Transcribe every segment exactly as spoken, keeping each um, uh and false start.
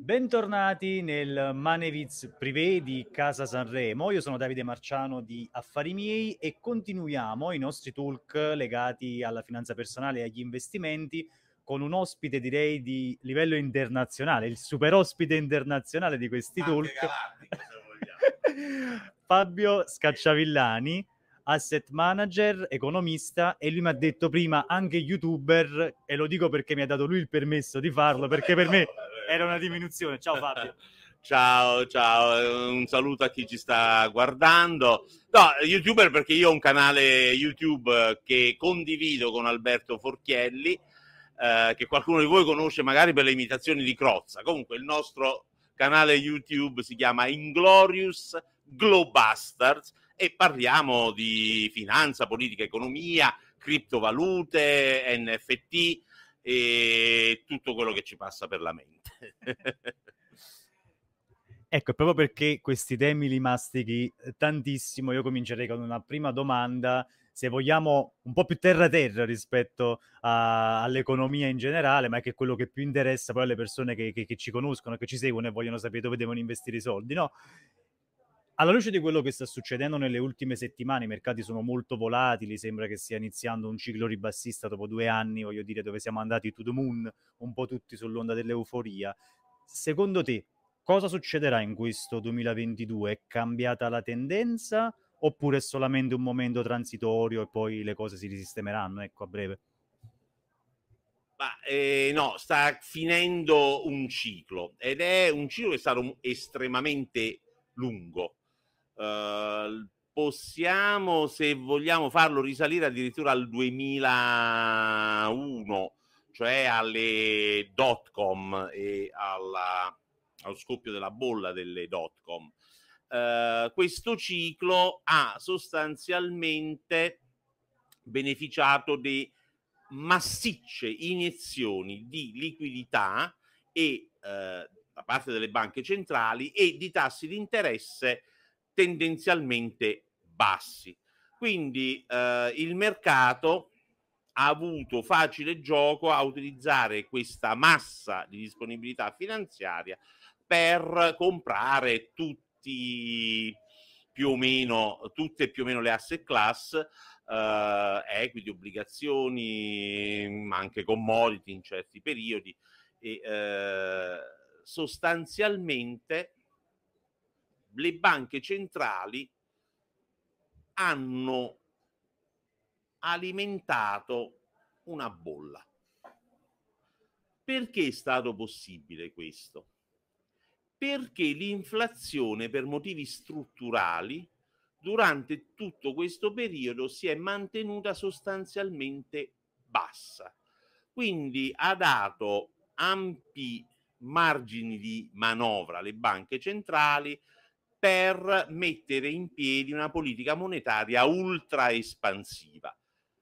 Bentornati nel Maneviz Privé di Casa Sanremo. Io sono Davide Marciano di Affari Miei e continuiamo i nostri talk legati alla finanza personale e agli investimenti con un ospite, direi, di livello internazionale, il super ospite internazionale di questi Anche talk, galattico, se vogliamo. Fabio Scacciavillani, asset manager, economista, e lui mi ha detto prima anche youtuber, e lo dico perché mi ha dato lui il permesso di farlo, perché per me era una diminuzione. Ciao Fabio. Ciao, ciao, un saluto a chi ci sta guardando. No, youtuber perché io ho un canale YouTube che condivido con Alberto Forchielli, eh, che qualcuno di voi conosce magari per le imitazioni di Crozza. Comunque il nostro canale YouTube si chiama Inglorious Globustards e parliamo di finanza, politica, economia, criptovalute, N F T e tutto quello che ci passa per la mente. Ecco, proprio perché questi temi li mastichi tantissimo, io comincerei con una prima domanda, se vogliamo un po' più terra-terra rispetto a- all'economia in generale, ma è che è quello che più interessa poi alle persone che, che- che ci conoscono, che ci seguono e vogliono sapere dove devono investire i soldi, no? Alla luce di quello che sta succedendo nelle ultime settimane, i mercati sono molto volatili, sembra che stia iniziando un ciclo ribassista dopo due anni, voglio dire, dove siamo andati to the moon, un po' tutti sull'onda dell'euforia. Secondo te, cosa succederà in questo duemilaventidue? È cambiata la tendenza oppure è solamente un momento transitorio e poi le cose si risistemeranno, ecco, a breve? Ma eh, no, sta finendo un ciclo ed è un ciclo che è stato estremamente lungo. Uh, possiamo, se vogliamo, farlo risalire addirittura al duemilauno, cioè alle dot com e alla, allo scoppio della bolla delle dot com. Uh, questo ciclo ha sostanzialmente beneficiato di massicce iniezioni di liquidità e eh, da parte delle banche centrali e di tassi di interesse tendenzialmente bassi. Quindi eh, il mercato ha avuto facile gioco a utilizzare questa massa di disponibilità finanziaria per comprare tutti più o meno tutte più o meno le asset class, Uh, equity, obbligazioni, ma anche commodity in certi periodi e uh, sostanzialmente le banche centrali hanno alimentato una bolla. Perché è stato possibile questo? Perché l'inflazione, per motivi strutturali, durante tutto questo periodo si è mantenuta sostanzialmente bassa. Quindi ha dato ampi margini di manovra alle banche centrali per mettere in piedi una politica monetaria ultra espansiva.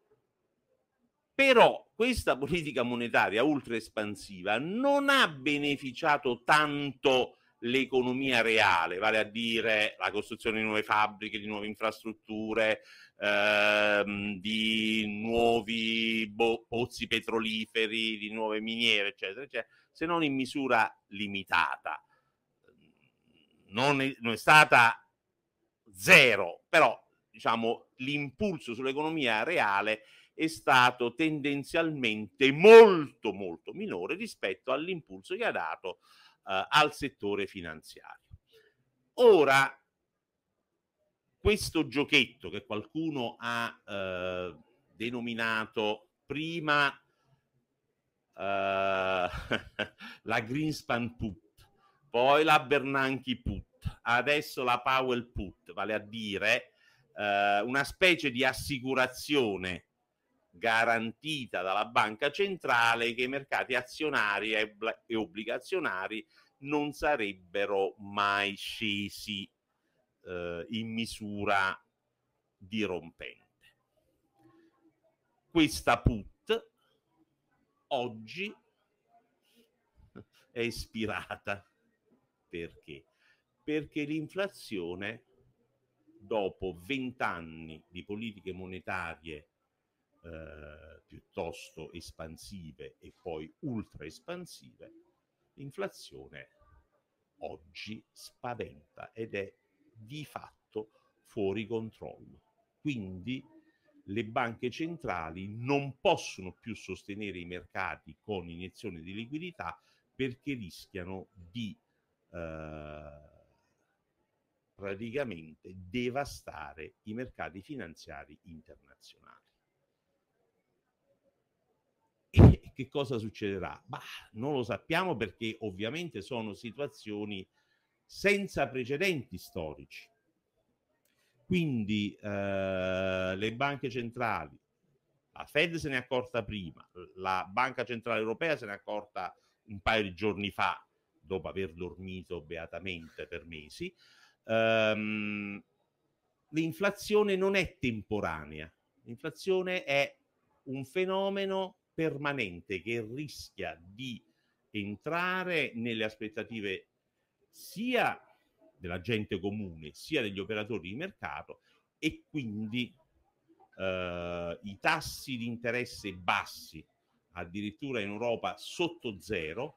Però questa politica monetaria ultra espansiva non ha beneficiato tanto l'economia reale, vale a dire la costruzione di nuove fabbriche, di nuove infrastrutture, ehm, di nuovi bo- pozzi petroliferi, di nuove miniere, eccetera, eccetera, se non in misura limitata. Non è, non è stata zero, però diciamo l'impulso sull'economia reale è stato tendenzialmente molto molto minore rispetto all'impulso che ha dato eh, al settore finanziario. Ora, questo giochetto che qualcuno ha eh, denominato prima eh, la Greenspan Put, poi la Bernanke Put, adesso la Powell Put, vale a dire eh, una specie di assicurazione garantita dalla banca centrale che i mercati azionari e, e obbligazionari non sarebbero mai scesi eh, in misura dirompente. Questa put oggi è ispirata. Perché? Perché l'inflazione, dopo vent'anni di politiche monetarie eh, piuttosto espansive e poi ultra espansive, l'inflazione oggi spaventa ed è di fatto fuori controllo. Quindi le banche centrali non possono più sostenere i mercati con iniezioni di liquidità perché rischiano di eh, praticamente devastare i mercati finanziari internazionali. E che cosa succederà? Bah, non lo sappiamo, perché ovviamente sono situazioni senza precedenti storici. Quindi eh, le banche centrali, la Fed se ne è accorta prima, la Banca Centrale Europea se ne è accorta un paio di giorni fa, dopo aver dormito beatamente per mesi. Um, l'inflazione non è temporanea, l'inflazione è un fenomeno permanente che rischia di entrare nelle aspettative sia della gente comune sia degli operatori di mercato, e quindi eh, i tassi di interesse bassi, addirittura in Europa sotto zero,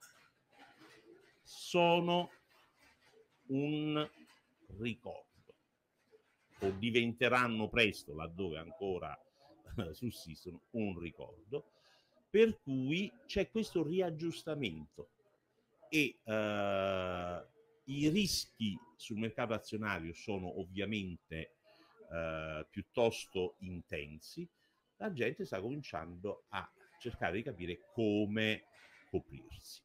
sono un ricordo, o diventeranno presto, laddove ancora eh, sussistono, un ricordo, per cui c'è questo riaggiustamento e eh, i rischi sul mercato azionario sono ovviamente eh, piuttosto intensi. La gente sta cominciando a cercare di capire come coprirsi.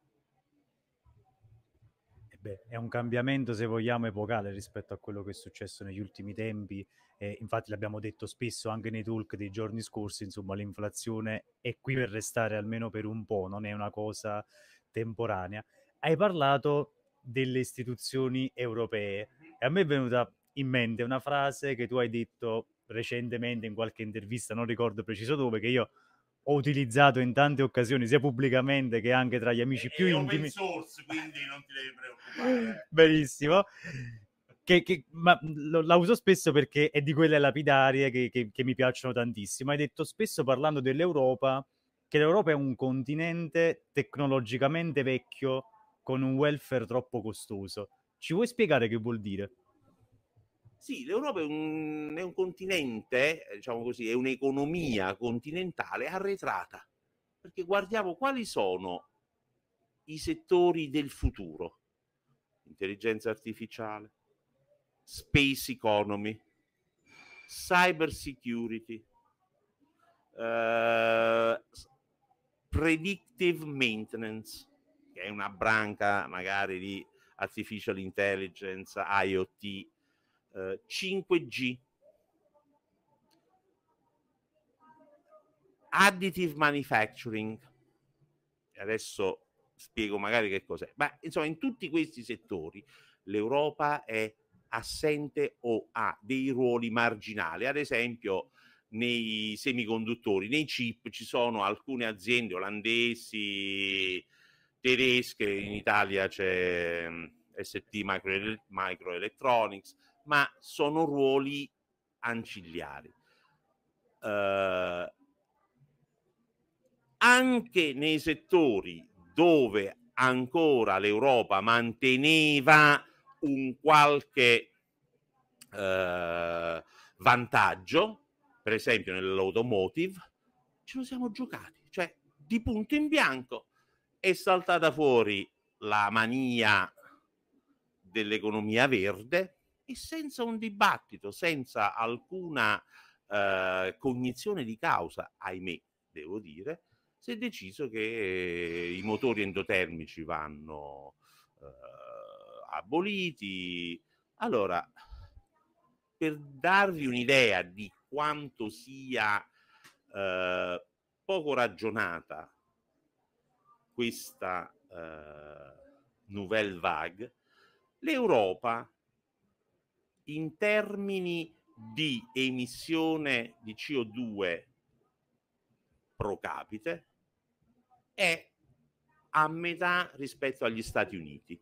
Beh, è un cambiamento, se vogliamo, epocale rispetto a quello che è successo negli ultimi tempi. Eh, infatti l'abbiamo detto spesso anche nei talk dei giorni scorsi, insomma, l'inflazione è qui per restare almeno per un po', non è una cosa temporanea. Hai parlato delle istituzioni europee e a me è venuta in mente una frase che tu hai detto recentemente in qualche intervista, non ricordo preciso dove, che io ho utilizzato in tante occasioni, sia pubblicamente che anche tra gli amici è, più è intimi. Open source, quindi non ti devi preoccupare. Benissimo. Che, che, ma lo, la uso spesso perché è di quelle lapidarie che, che, che mi piacciono tantissimo. Hai detto spesso, parlando dell'Europa, che l'Europa è un continente tecnologicamente vecchio con un welfare troppo costoso. Ci vuoi spiegare che vuol dire? Sì, l'Europa è un, è un continente, diciamo così, è un'economia continentale arretrata, perché guardiamo quali sono i settori del futuro: intelligenza artificiale, space economy, cyber security, uh, predictive maintenance, che è una branca magari di artificial intelligence, IoT, uh, cinque G, additive manufacturing. Adesso spiego magari che cos'è. Ma insomma, in tutti questi settori l'Europa è assente o ha dei ruoli marginali. Ad esempio, nei semiconduttori, nei chip, ci sono alcune aziende olandesi, tedesche, in Italia c'è S T Micro, Microelectronics, ma sono ruoli ancillari. Uh, anche nei settori dove ancora l'Europa manteneva un qualche eh, vantaggio, per esempio nell'automotive, ce lo siamo giocati, cioè di punto in bianco è saltata fuori la mania dell'economia verde e senza un dibattito, senza alcuna eh, cognizione di causa, ahimè, devo dire, si è deciso che i motori endotermici vanno eh, aboliti. Allora, per darvi un'idea di quanto sia eh, poco ragionata questa eh, nouvelle vague, l'Europa in termini di emissione di C O due pro capite è a metà rispetto agli Stati Uniti.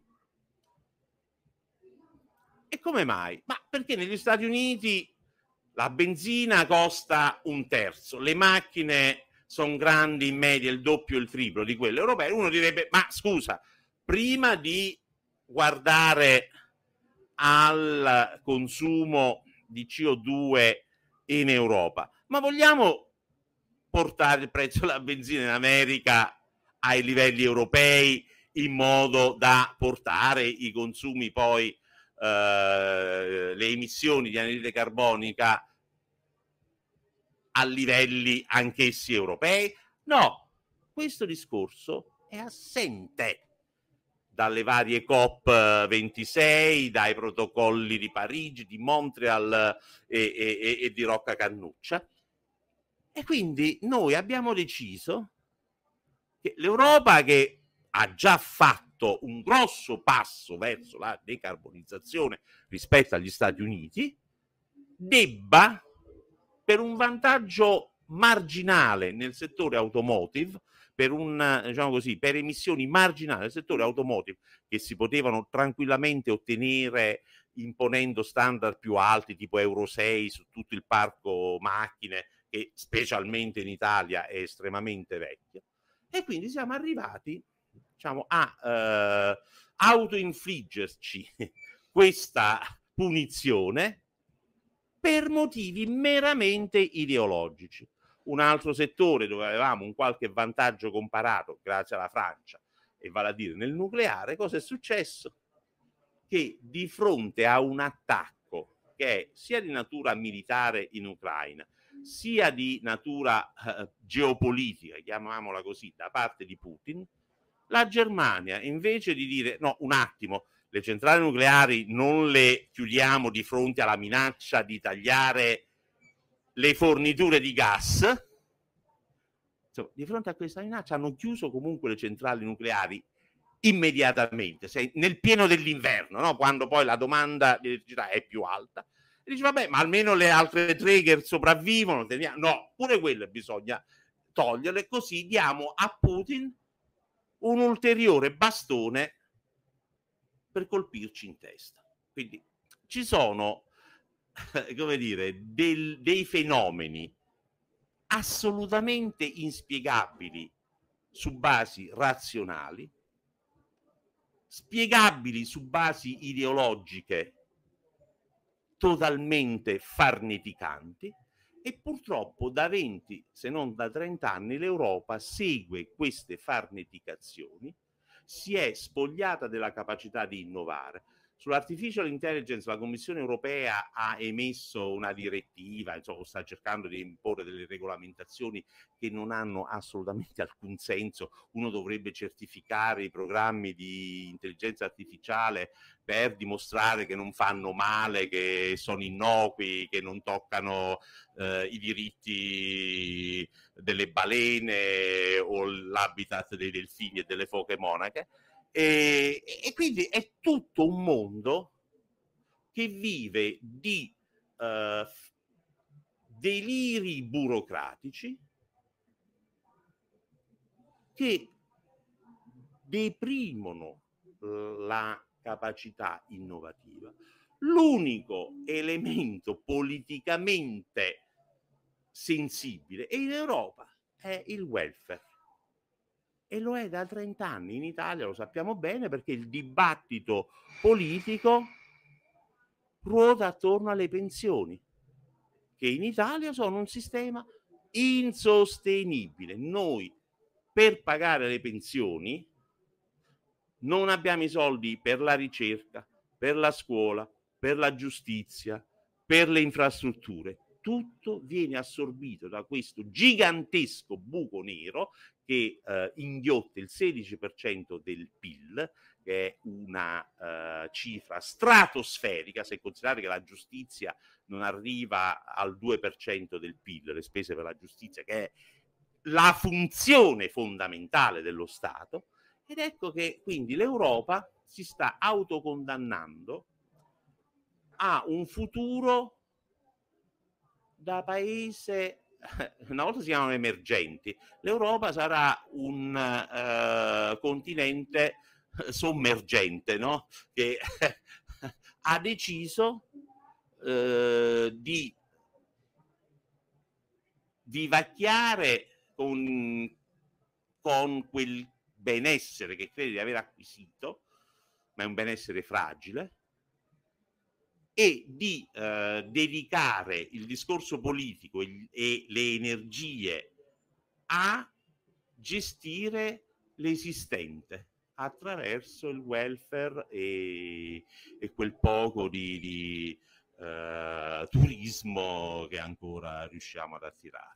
E come mai? Ma perché negli Stati Uniti la benzina costa un terzo, le macchine sono grandi, in media il doppio, il triplo di quelle europee. Uno direbbe, ma scusa, prima di guardare al consumo di C O due in Europa, ma vogliamo portare il prezzo della benzina in America ai livelli europei in modo da portare i consumi poi, eh, le emissioni di anidride carbonica a livelli anch'essi europei? No, questo discorso è assente dalle varie COP ventisei, dai protocolli di Parigi, di Montreal e, e, e di Rocca Cannuccia. E quindi noi abbiamo deciso che l'Europa, che ha già fatto un grosso passo verso la decarbonizzazione rispetto agli Stati Uniti, debba, per un vantaggio marginale nel settore automotive, per un, diciamo così, per emissioni marginali nel settore automotive che si potevano tranquillamente ottenere imponendo standard più alti tipo Euro sei su tutto il parco macchine, che specialmente in Italia è estremamente vecchio, e quindi siamo arrivati, diciamo, a eh, autoinfliggerci questa punizione per motivi meramente ideologici. Un altro settore dove avevamo un qualche vantaggio comparato grazie alla Francia, e vale a dire nel nucleare, cosa è successo? Che di fronte a un attacco che è sia di natura militare in Ucraina, sia di natura eh, geopolitica, chiamiamola così, da parte di Putin, la Germania, invece di dire no, un attimo, le centrali nucleari non le chiudiamo di fronte alla minaccia di tagliare le forniture di gas, insomma, di fronte a questa minaccia hanno chiuso comunque le centrali nucleari immediatamente, sei nel pieno dell'inverno, no? Quando poi la domanda di elettricità è più alta, e dice vabbè, ma almeno le altre tre che sopravvivono, teniamo. No, pure quelle bisogna toglierle, così diamo a Putin un ulteriore bastone per colpirci in testa. Quindi ci sono, come dire, del, dei fenomeni assolutamente inspiegabili su basi razionali, spiegabili su basi ideologiche totalmente farneticanti, e purtroppo da venti se non da trenta anni l'Europa segue queste farneticazioni, si è spogliata della capacità di innovare. Sull'artificial intelligence la Commissione europea ha emesso una direttiva, insomma, sta cercando di imporre delle regolamentazioni che non hanno assolutamente alcun senso. Uno dovrebbe certificare i programmi di intelligenza artificiale per dimostrare che non fanno male, che sono innocui, che non toccano eh, i diritti delle balene o l'habitat dei delfini e delle foche monache. E, e quindi è tutto un mondo che vive di uh, deliri burocratici che deprimono la capacità innovativa. L'unico elemento politicamente sensibile e in Europa è il welfare, e lo è da trenta anni. In Italia lo sappiamo bene, perché il dibattito politico ruota attorno alle pensioni, che in Italia sono un sistema insostenibile. Noi per pagare le pensioni non abbiamo i soldi per la ricerca, per la scuola, per la giustizia, per le infrastrutture. Tutto viene assorbito da questo gigantesco buco nero che eh, inghiotte il sedici per cento del P I L, che è una eh, cifra stratosferica, se considerate che la giustizia non arriva al due per cento del P I L, le spese per la giustizia, che è la funzione fondamentale dello Stato. Ed ecco che quindi l'Europa si sta autocondannando a un futuro da paese, una volta si chiamano emergenti, l'Europa sarà un uh, continente sommergente, no? Che ha deciso uh, di vivacchiare con, con quel benessere che crede di aver acquisito, ma è un benessere fragile, e di eh, dedicare il discorso politico e, e le energie a gestire l'esistente attraverso il welfare e, e quel poco di, di eh, turismo che ancora riusciamo ad attirare.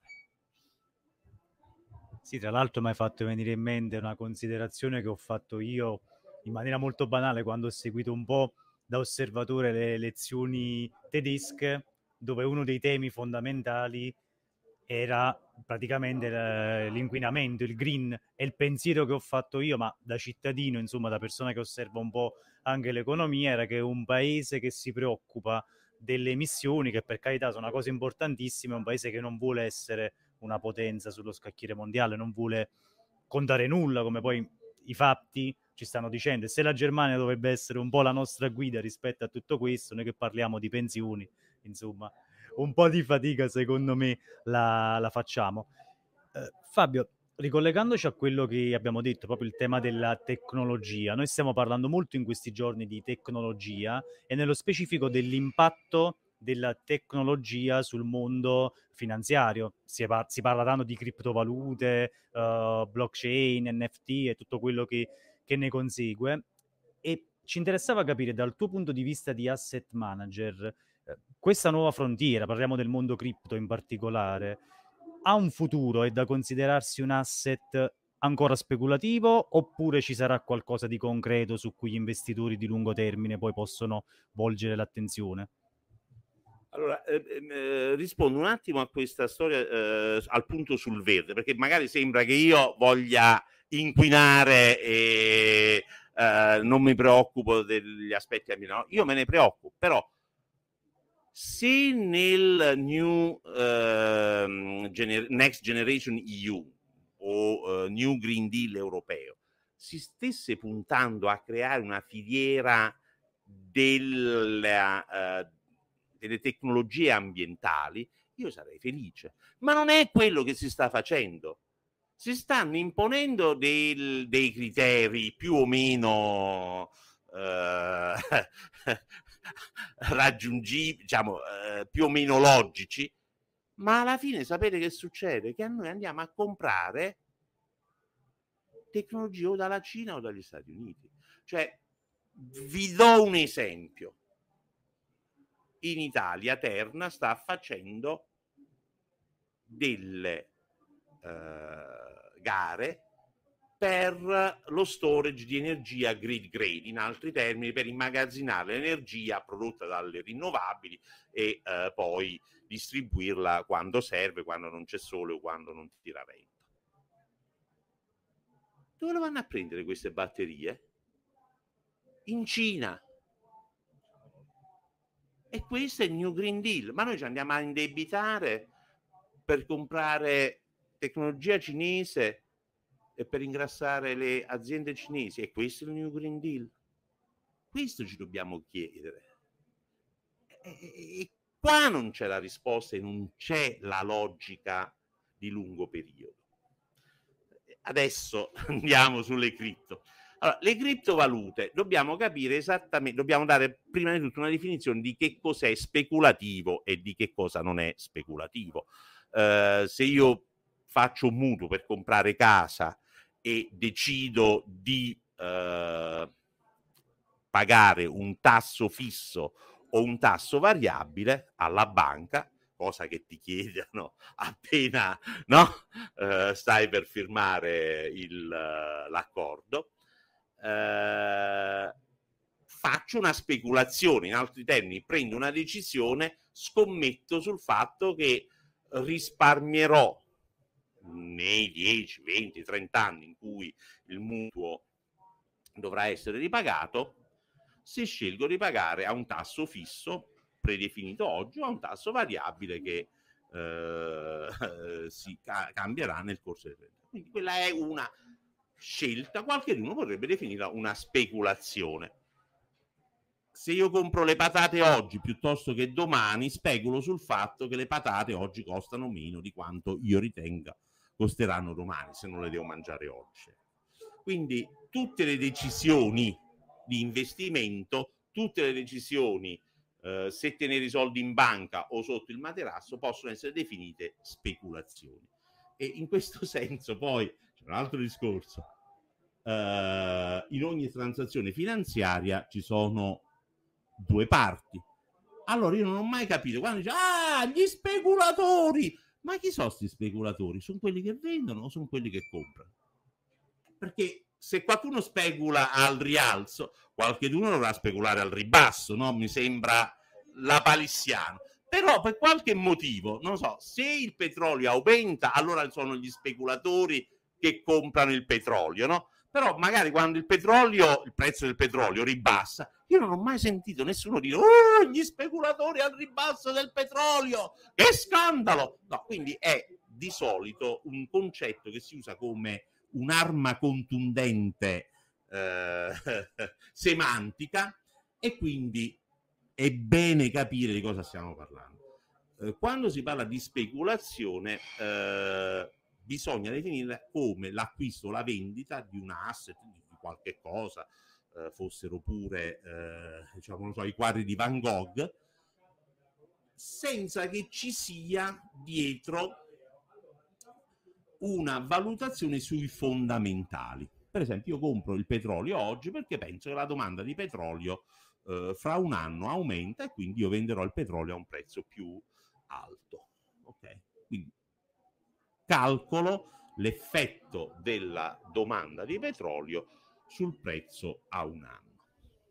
Sì, tra l'altro mi hai fatto venire in mente una considerazione che ho fatto io in maniera molto banale quando ho seguito un po' da osservatore le lezioni tedesche, dove uno dei temi fondamentali era praticamente eh, l'inquinamento, il green, e il pensiero che ho fatto io, ma da cittadino, insomma, da persona che osserva un po' anche l'economia, era che un paese che si preoccupa delle emissioni, che per carità sono una cosa importantissima, è un paese che non vuole essere una potenza sullo scacchiere mondiale, non vuole contare nulla, come poi i fatti ci stanno dicendo. E se la Germania dovrebbe essere un po' la nostra guida rispetto a tutto questo, noi che parliamo di pensioni, insomma, un po' di fatica secondo me la, la facciamo. Eh, Fabio, ricollegandoci a quello che abbiamo detto, proprio il tema della tecnologia, noi stiamo parlando molto in questi giorni di tecnologia e nello specifico dell'impatto della tecnologia sul mondo finanziario. Si, par- si parla tanto di criptovalute, uh, blockchain, N F T e tutto quello che, che ne consegue. E ci interessava capire dal tuo punto di vista di asset manager, eh, questa nuova frontiera, parliamo del mondo cripto in particolare, ha un futuro, è da considerarsi un asset ancora speculativo oppure ci sarà qualcosa di concreto su cui gli investitori di lungo termine poi possono volgere l'attenzione? Allora, eh, eh, rispondo un attimo a questa storia eh, al punto sul verde, perché magari sembra che io voglia inquinare e eh, non mi preoccupo degli aspetti ambientali. No, io me ne preoccupo, però se nel new uh, gener- Next Generation E U o uh, New Green Deal europeo si stesse puntando a creare una filiera della, uh, delle tecnologie ambientali, io sarei felice. Ma non è quello che si sta facendo. Si stanno imponendo del, dei criteri più o meno eh, raggiungibili, diciamo, eh, più o meno logici, ma alla fine sapete che succede? Che a noi andiamo a comprare tecnologie o dalla Cina o dagli Stati Uniti. Cioè, vi do un esempio. In Italia Terna sta facendo delle eh, gare per lo storage di energia grid grade, in altri termini per immagazzinare l'energia prodotta dalle rinnovabili e eh, poi distribuirla quando serve, quando non c'è sole o quando non tira vento. Dove lo vanno a prendere queste batterie? In Cina. E questo è il New Green Deal, ma noi ci andiamo a indebitare per comprare tecnologia cinese e per ingrassare le aziende cinesi, e questo è il New Green Deal? Questo ci dobbiamo chiedere. E, e qua non c'è la risposta e non c'è la logica di lungo periodo. Adesso andiamo sulle cripto. Allora, le criptovalute dobbiamo capire esattamente, dobbiamo dare prima di tutto una definizione di che cos'è speculativo e di che cosa non è speculativo. Uh, se io faccio un mutuo per comprare casa e decido di uh, pagare un tasso fisso o un tasso variabile alla banca, cosa che ti chiedono appena no? uh, stai per firmare il, uh, l'accordo, uh, faccio una speculazione, in altri termini prendo una decisione, scommetto sul fatto che risparmierò nei dieci, venti, trenta anni in cui il mutuo dovrà essere ripagato, se scelgo di pagare a un tasso fisso predefinito oggi o a un tasso variabile che eh, si ca- cambierà nel corso del tempo. Quindi quella è una scelta, qualcuno potrebbe definirla una speculazione. Se io compro le patate oggi piuttosto che domani, speculo sul fatto che le patate oggi costano meno di quanto io ritenga costeranno domani, se non le devo mangiare oggi. Quindi tutte le decisioni di investimento, tutte le decisioni, eh, se tenere i soldi in banca o sotto il materasso, possono essere definite speculazioni. E in questo senso poi c'è un altro discorso. Uh, in ogni transazione finanziaria ci sono due parti. Allora io non ho mai capito quando dice ah gli speculatori, ma chi sono questi speculatori? Sono quelli che vendono o sono quelli che comprano? Perché se qualcuno specula al rialzo, qualcuno dovrà speculare al ribasso, no? Mi sembra lapalissiano. Però per qualche motivo, non so, se il petrolio aumenta, allora sono gli speculatori che comprano il petrolio, no? Però magari quando il petrolio, il prezzo del petrolio ribassa, io non ho mai sentito nessuno dire oh, gli speculatori al ribasso del petrolio, che scandalo! No, quindi è di solito un concetto che si usa come un'arma contundente eh, semantica, e quindi è bene capire di cosa stiamo parlando. Eh, quando si parla di speculazione eh, bisogna definirla come l'acquisto o la vendita di un asset, di qualche cosa, eh, fossero pure eh, diciamo, non so, i quadri di Van Gogh, senza che ci sia dietro una valutazione sui fondamentali. Per esempio, io compro il petrolio oggi perché penso che la domanda di petrolio eh, fra un anno aumenta e quindi io venderò il petrolio a un prezzo più alto. Ok? Quindi calcolo l'effetto della domanda di petrolio sul prezzo a un anno.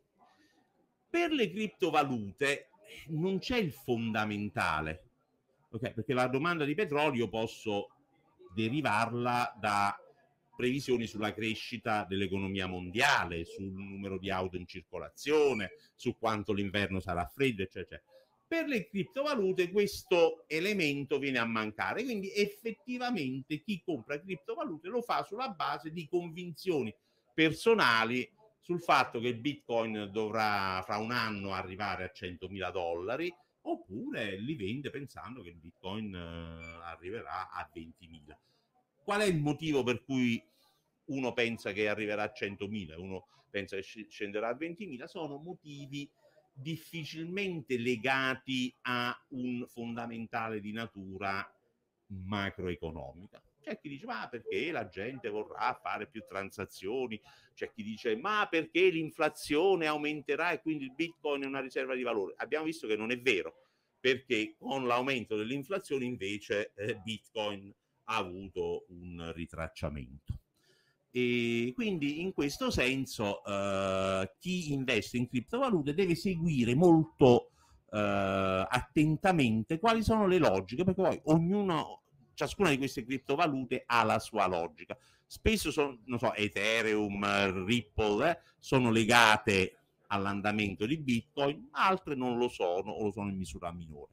Per le criptovalute non c'è il fondamentale, okay? Perché la domanda di petrolio posso derivarla da previsioni sulla crescita dell'economia mondiale, sul numero di auto in circolazione, su quanto l'inverno sarà freddo, eccetera, eccetera. Per le criptovalute questo elemento viene a mancare, quindi effettivamente chi compra criptovalute lo fa sulla base di convinzioni personali sul fatto che il Bitcoin dovrà fra un anno arrivare a centomila dollari, oppure li vende pensando che il Bitcoin eh, arriverà a ventimila. Qual è il motivo per cui uno pensa che arriverà a centomila, uno pensa che scenderà a ventimila? Sono motivi difficilmente legati a un fondamentale di natura macroeconomica. C'è chi dice ma perché la gente vorrà fare più transazioni, c'è chi dice ma perché l'inflazione aumenterà e quindi il Bitcoin è una riserva di valore. Abbiamo visto che non è vero, perché con l'aumento dell'inflazione invece eh, Bitcoin ha avuto un ritracciamento. E quindi in questo senso eh, chi investe in criptovalute deve seguire molto eh, attentamente quali sono le logiche, perché poi ognuno, ciascuna di queste criptovalute ha la sua logica. Spesso sono, non so, Ethereum, Ripple, eh, sono legate all'andamento di Bitcoin, altre non lo sono o lo sono in misura minore.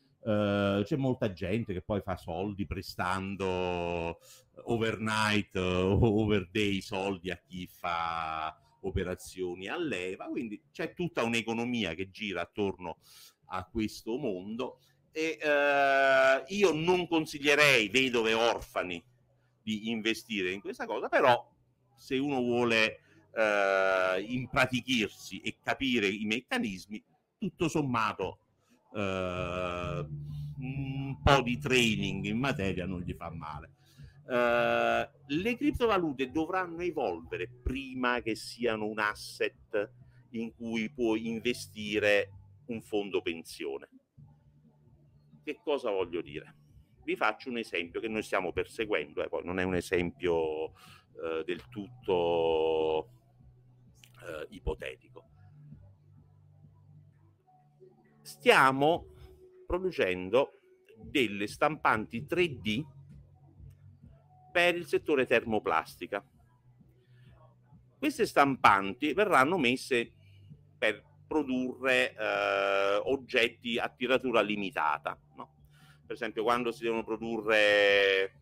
Uh, c'è molta gente che poi fa soldi prestando overnight o uh, overday soldi a chi fa operazioni a leva, quindi c'è tutta un'economia che gira attorno a questo mondo e uh, io non consiglierei vedove orfani di investire in questa cosa, però se uno vuole uh, impratichirsi e capire i meccanismi, tutto sommato Uh, un po' di training in materia non gli fa male. Uh, le criptovalute dovranno evolvere prima che siano un asset in cui puoi investire un fondo pensione. Che cosa voglio dire? Vi faccio un esempio che noi stiamo perseguendo, eh, poi non è un esempio uh, del tutto uh, ipotetico. Stiamo producendo delle stampanti tre D per il settore termoplastica. Queste stampanti verranno messe per produrre eh, oggetti a tiratura limitata, no? Per esempio quando si devono produrre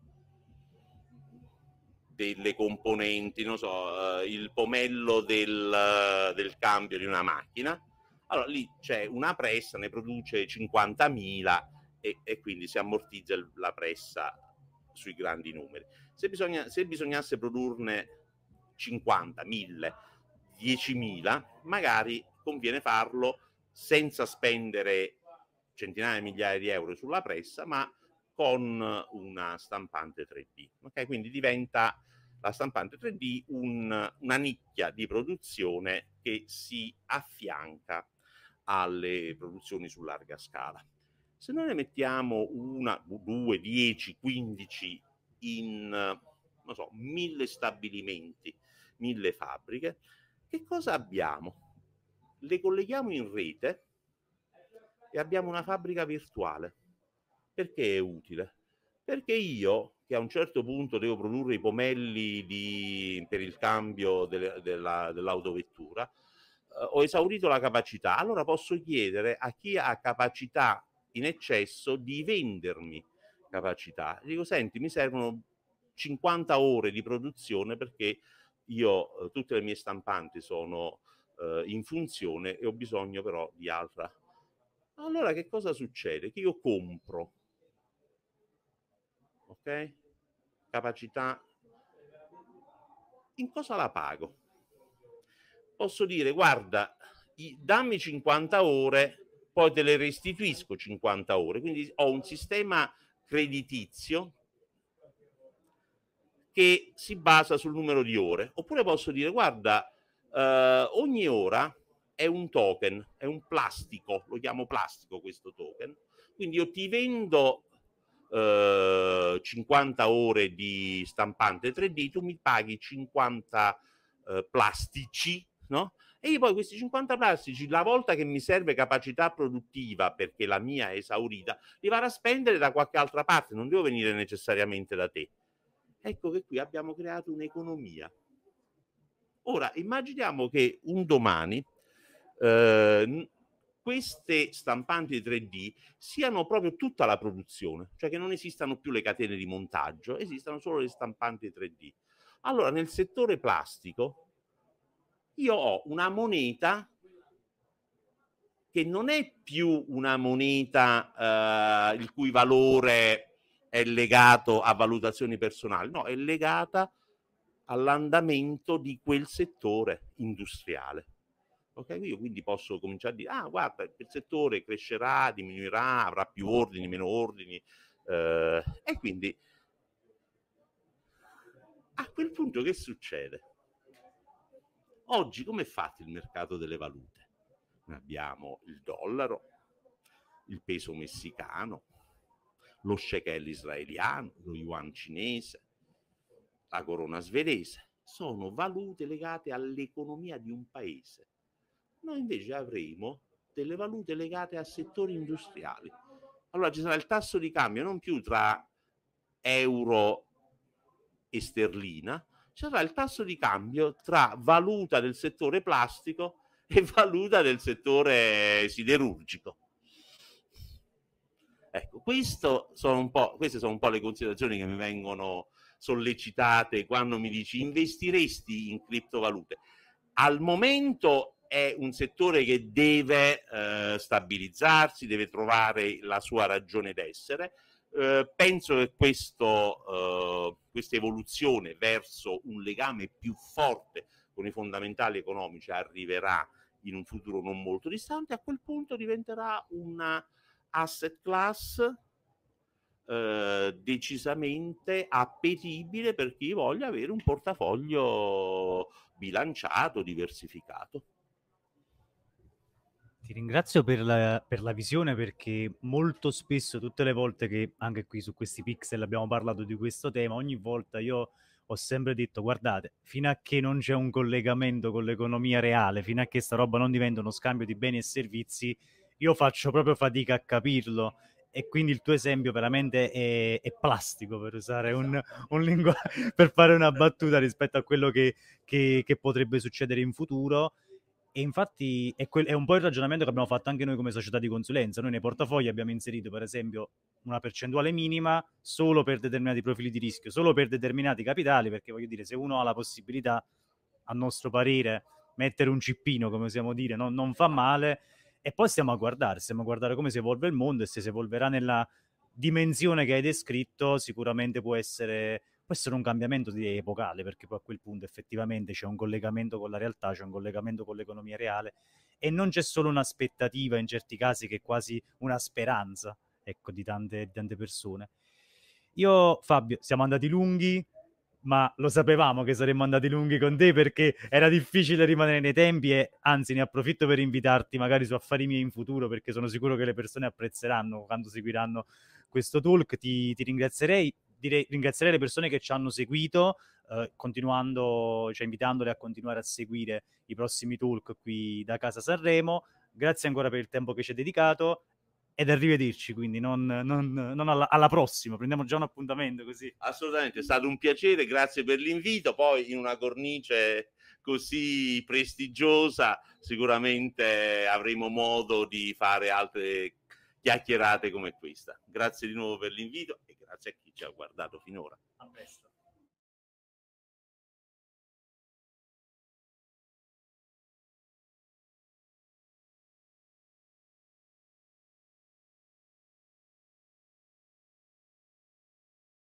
delle componenti, non so, eh, il pomello del, del cambio di una macchina, allora lì c'è una pressa, ne produce cinquantamila e, e quindi si ammortizza la pressa sui grandi numeri. Se, bisogna, se bisognasse produrne cinquanta, mille diecimila, magari conviene farlo senza spendere centinaia di migliaia di euro sulla pressa, ma con una stampante tre D. Okay? Quindi diventa la stampante tre D un, una nicchia di produzione che si affianca alle produzioni su larga scala. Se noi ne mettiamo una, due, dieci, quindici in, non so, mille stabilimenti, mille fabbriche, che cosa abbiamo? Le colleghiamo in rete e abbiamo una fabbrica virtuale. Perché è utile? Perché io, che a un certo punto devo produrre i pomelli di, per il cambio de, de la, dell'autovettura, eh, ho esaurito la capacità, allora posso chiedere a chi ha capacità in eccesso di vendermi capacità. Dico, senti, mi servono cinquanta ore di produzione perché io, eh, tutte le mie stampanti sono eh, in funzione e ho bisogno però di altra. Allora che cosa succede? Che io compro, ok? Capacità. In cosa la pago? Posso dire, guarda, dammi cinquanta ore, poi te le restituisco cinquanta ore. Quindi ho un sistema creditizio che si basa sul numero di ore. Oppure posso dire, guarda, eh, ogni ora è un token, è un plastico, lo chiamo plastico questo token. Quindi io ti vendo eh, cinquanta ore di stampante tre D, tu mi paghi cinquanta eh, plastici, no? E io poi questi cinquanta plastici, la volta che mi serve capacità produttiva perché la mia è esaurita, li vado a spendere da qualche altra parte, non devo venire necessariamente da te. Ecco che qui abbiamo creato un'economia. Ora, immaginiamo che un domani eh, queste stampanti tre D siano proprio tutta la produzione, cioè che non esistano più le catene di montaggio, esistano solo le stampanti tre D. Allora, nel settore plastico, io ho una moneta che non è più una moneta eh, il cui valore è legato a valutazioni personali, no, è legata all'andamento di quel settore industriale. Ok, io quindi posso cominciare a dire, ah guarda, il settore crescerà, diminuirà, avrà più ordini, meno ordini, eh, e quindi a quel punto che succede? Oggi come è fatto il mercato delle valute? Noi abbiamo il dollaro, il peso messicano, lo shekel israeliano, lo yuan cinese, la corona svedese. Sono valute legate all'economia di un paese. Noi invece avremo delle valute legate a settori industriali. Allora ci sarà il tasso di cambio non più tra euro e sterlina, ci sarà il tasso di cambio tra valuta del settore plastico e valuta del settore siderurgico. Ecco, questo sono un po', queste sono un po' le considerazioni che mi vengono sollecitate quando mi dici investiresti in criptovalute. Al momento è un settore che deve eh, stabilizzarsi, deve trovare la sua ragione d'essere. Eh, penso che questo, eh, questa evoluzione verso un legame più forte con i fondamentali economici arriverà in un futuro non molto distante. A quel punto diventerà una asset class eh, decisamente appetibile per chi voglia avere un portafoglio bilanciato, diversificato. Ti ringrazio per la, per la visione, perché molto spesso, tutte le volte che anche qui su questi pixel abbiamo parlato di questo tema, ogni volta io ho sempre detto, guardate, fino a che non c'è un collegamento con l'economia reale, fino a che sta roba non diventa uno scambio di beni e servizi, io faccio proprio fatica a capirlo. E quindi il tuo esempio veramente è, è plastico, per usare un, un linguaggio, per fare una battuta rispetto a quello che, che, che potrebbe succedere in futuro. E infatti è, quel, è un po' il ragionamento che abbiamo fatto anche noi come società di consulenza. Noi nei portafogli abbiamo inserito, per esempio, una percentuale minima solo per determinati profili di rischio, solo per determinati capitali, perché voglio dire, se uno ha la possibilità, a nostro parere, mettere un cippino, come usiamo dire, non, non fa male. E poi stiamo a guardare, stiamo a guardare come si evolve il mondo, e se si evolverà nella dimensione che hai descritto, sicuramente può essere, può può essere un cambiamento di epocale, perché poi a quel punto effettivamente c'è un collegamento con la realtà, c'è un collegamento con l'economia reale e non c'è solo un'aspettativa in certi casi, che è quasi una speranza, ecco, di tante, di tante persone. Io, Fabio, siamo andati lunghi, ma lo sapevamo che saremmo andati lunghi con te, perché era difficile rimanere nei tempi, e anzi ne approfitto per invitarti magari su Affari Miei in futuro, perché sono sicuro che le persone apprezzeranno quando seguiranno questo talk. Ti, ti ringrazierei, direi, ringrazierei le persone che ci hanno seguito, eh, continuando, cioè invitandole a continuare a seguire i prossimi talk qui da Casa Sanremo. Grazie ancora per il tempo che ci hai dedicato, ed arrivederci, quindi non, non, non alla, alla prossima, prendiamo già un appuntamento così. Assolutamente, è stato un piacere, grazie per l'invito. Poi in una cornice così prestigiosa sicuramente avremo modo di fare altre chiacchierate come questa. Grazie di nuovo per l'invito e grazie a chi ci ha guardato finora. A presto.